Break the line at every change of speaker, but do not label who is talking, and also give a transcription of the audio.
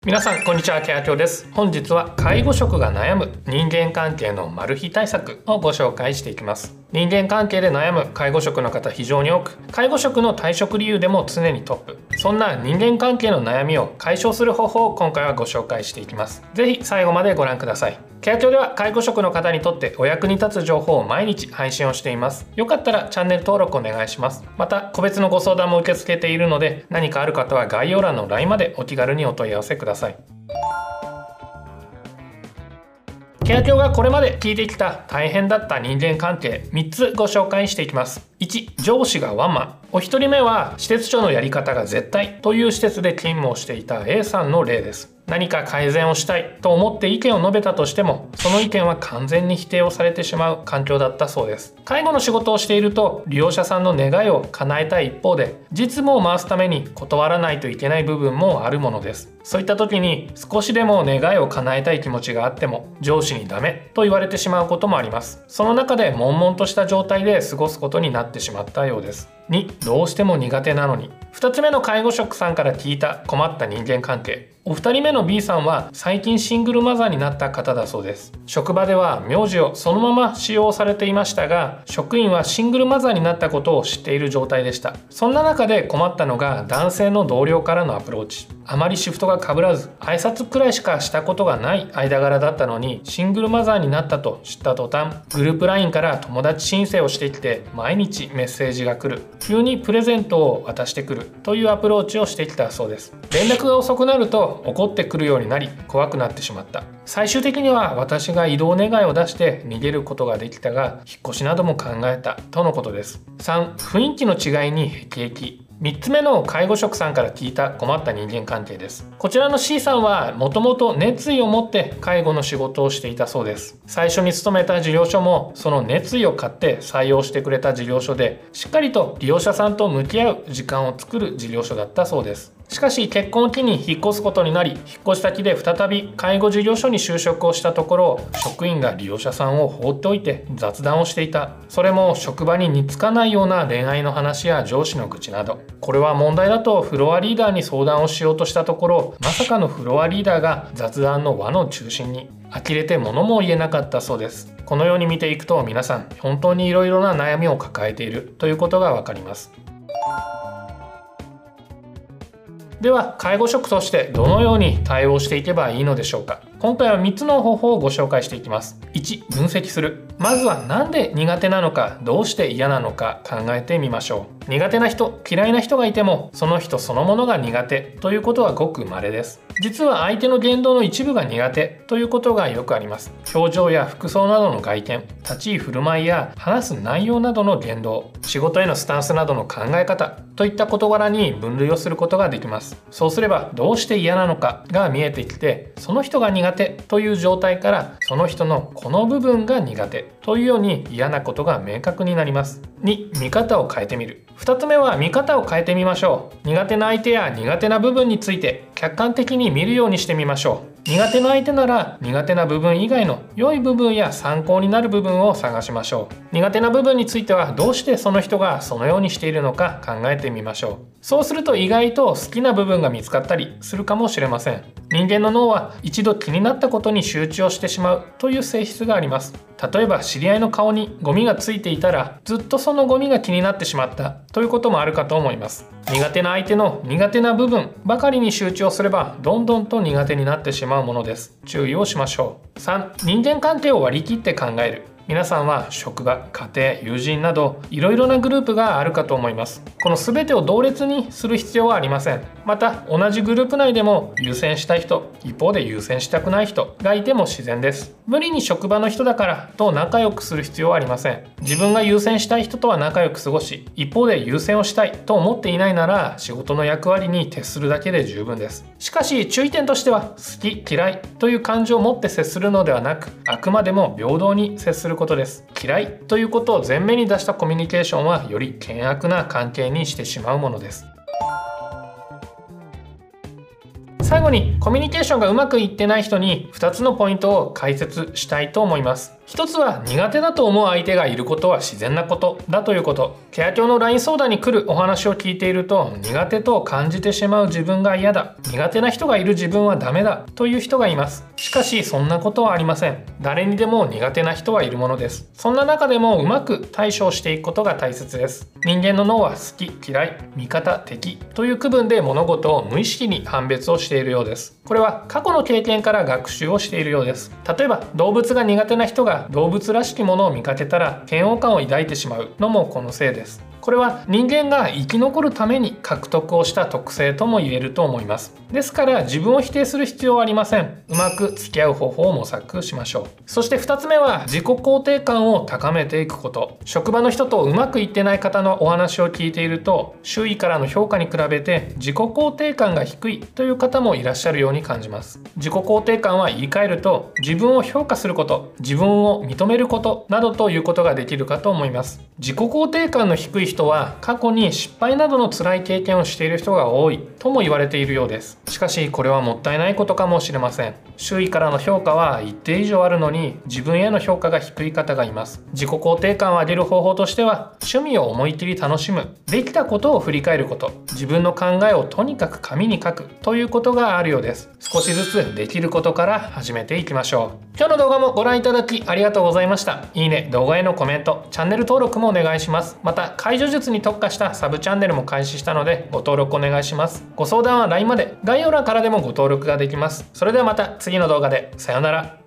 皆さんこんにちは、ケアキョウです。本日は介護職が悩む人間関係のマル秘対策をご紹介していきます。人間関係で悩む介護職の方非常に多く、介護職の退職理由でも常にトップ。そんな人間関係の悩みを解消する方法を今回はご紹介していきます。ぜひ最後までご覧ください。ケアキョウでは介護職の方にとってお役に立つ情報を毎日配信をしています。よかったらチャンネル登録お願いします。また個別のご相談も受け付けているので、何かある方は概要欄の LINE までお気軽にお問い合わせください。ケアキョウがこれまで聞いてきた大変だった人間関係3つご紹介していきます。1、上司がワンマン。お一人目は施設長のやり方が絶対という施設で勤務をしていた A さんの例です。何か改善をしたいと思って意見を述べたとしても、その意見は完全に否定をされてしまう環境だったそうです。介護の仕事をしていると利用者さんの願いを叶えたい一方で、実務を回すために断らないといけない部分もあるものです。そういった時に少しでも願いを叶えたい気持ちがあっても上司にダメと言われてしまうこともあります。その中で悶々とした状態で過ごすことになってしまったようです。2、どうしても苦手なのに。2つ目の介護職さんから聞いた困った人間関係。お二人目の B さんは最近シングルマザーになった方だそうです。職場では名字をそのまま使用されていましたが、職員はシングルマザーになったことを知っている状態でした。そんな中で困ったのが男性の同僚からのアプローチ。あまりシフトが被らず挨拶くらいしかしたことがない間柄だったのに、シングルマザーになったと知った途端、グループ LINE から友達申請をしてきて毎日メッセージが来る、急にプレゼントを渡してくるというアプローチをしてきたそうです。連絡が遅くなると怒ってくるようになり怖くなってしまった。最終的には私が移動願いを出して逃げることができたが、引っ越しなども考えたとのことです。3、雰囲気の違いに辟易。3つ目の介護職さんから聞いた困った人間関係です。こちらの C さんはもともと熱意を持って介護の仕事をしていたそうです。最初に勤めた事業所もその熱意を買って採用してくれた事業所で、しっかりと利用者さんと向き合う時間を作る事業所だったそうです。しかし結婚を機に引っ越すことになり、引っ越し先で再び介護事業所に就職をしたところ、職員が利用者さんを放っておいて雑談をしていた。それも職場に似つかないような恋愛の話や上司の愚痴など。これは問題だとフロアリーダーに相談をしようとしたところ、まさかのフロアリーダーが雑談の輪の中心に。呆れて物も言えなかったそうです。このように見ていくと、皆さん本当にいろいろな悩みを抱えているということがわかります。では介護職としてどのように対応していけばいいのでしょうか。今回は3つの方法をご紹介していきます。1、分析する。まずはなんで苦手なのか、どうして嫌なのか考えてみましょう。苦手な人、嫌いな人がいても、その人そのものが苦手ということはごく稀です。実は相手の言動の一部が苦手ということがよくあります。表情や服装などの外見、立ち居振る舞いや話す内容などの言動、仕事へのスタンスなどの考え方といった事柄に分類をすることができます。そうすればどうして嫌なのかが見えてきて、その人が苦手という状態からその人のこの部分が苦手というように嫌なことが明確になります。2、見方を変えてみる。2つ目は見方を変えてみましょう。苦手な相手や苦手な部分について客観的に見るようにしてみましょう。苦手な相手なら苦手な部分以外の良い部分や参考になる部分を探しましょう。苦手な部分についてはどうしてその人がそのようにしているのか考えてみましょう。そうすると意外と好きな部分が見つかったりするかもしれません。人間の脳は一度気になったことに集中をしてしまうという性質があります。例えば知り合いの顔にゴミがついていたら、ずっとそのゴミが気になってしまったということもあるかと思います。苦手な相手の苦手な部分ばかりに集中をすれば、どんどんと苦手になってしまうものです。注意をしましょう。3、人間関係を割り切って考える。皆さんは職場、家庭、友人などいろいろなグループがあるかと思います。この全てを同列にする必要はありません。また同じグループ内でも優先したい人、一方で優先したくない人がいても自然です。無理に職場の人だからと仲良くする必要はありません。自分が優先したい人とは仲良く過ごし、一方で優先をしたいと思っていないなら仕事の役割に徹するだけで十分です。しかし注意点としては、好き嫌いという感情を持って接するのではなく、あくまでも平等に接することです。嫌いということを前面に出したコミュニケーションはより険悪な関係にしてしまうものです。 最後にコミュニケーションがうまくいってない人に2つのポイントを解説したいと思います。一つは苦手だと思う相手がいることは自然なことだということ。ケア協の LINE 相談に来るお話を聞いていると、苦手と感じてしまう自分が嫌だ、苦手な人がいる自分はダメだという人がいます。しかしそんなことはありません。誰にでも苦手な人はいるものです。そんな中でもうまく対処していくことが大切です。人間の脳は好き嫌い、味方敵という区分で物事を無意識に判別をしているようです。これは過去の経験から学習をしているようです。例えば動物が苦手な人が動物らしきものを見かけたら嫌悪感を抱いてしまうのもこのせいです。これは人間が生き残るために獲得をした特性とも言えると思います。ですから自分を否定する必要はありません。うまく付き合う方法を模索しましょう。そして2つ目は自己肯定感を高めていくこと。職場の人とうまくいってない方のお話を聞いていると、周囲からの評価に比べて自己肯定感が低いという方もいらっしゃるように感じます。自己肯定感は言い換えると、自分を評価すること、自分を認めることなどということができるかと思います。自己肯定感の低い人は過去に失敗などの辛い経験をしている人が多いとも言われているようです。しかしこれはもったいないことかもしれません。周囲からの評価は一定以上あるのに、自分への評価が低い方がいます。自己肯定感を上げる方法としては、趣味を思い切り楽しむ、できたことを振り返ること、自分の考えをとにかく紙に書くということがあるようです。少しずつできることから始めていきましょう。今日の動画もご覧いただきありがとうございました。いいね、動画へのコメント、チャンネル登録もお願いします。また解除術に特化したサブチャンネルも開始したのでご登録お願いします。ご相談は LINE まで、概要欄からでもご登録ができます。それではまた次の動画で。さようなら。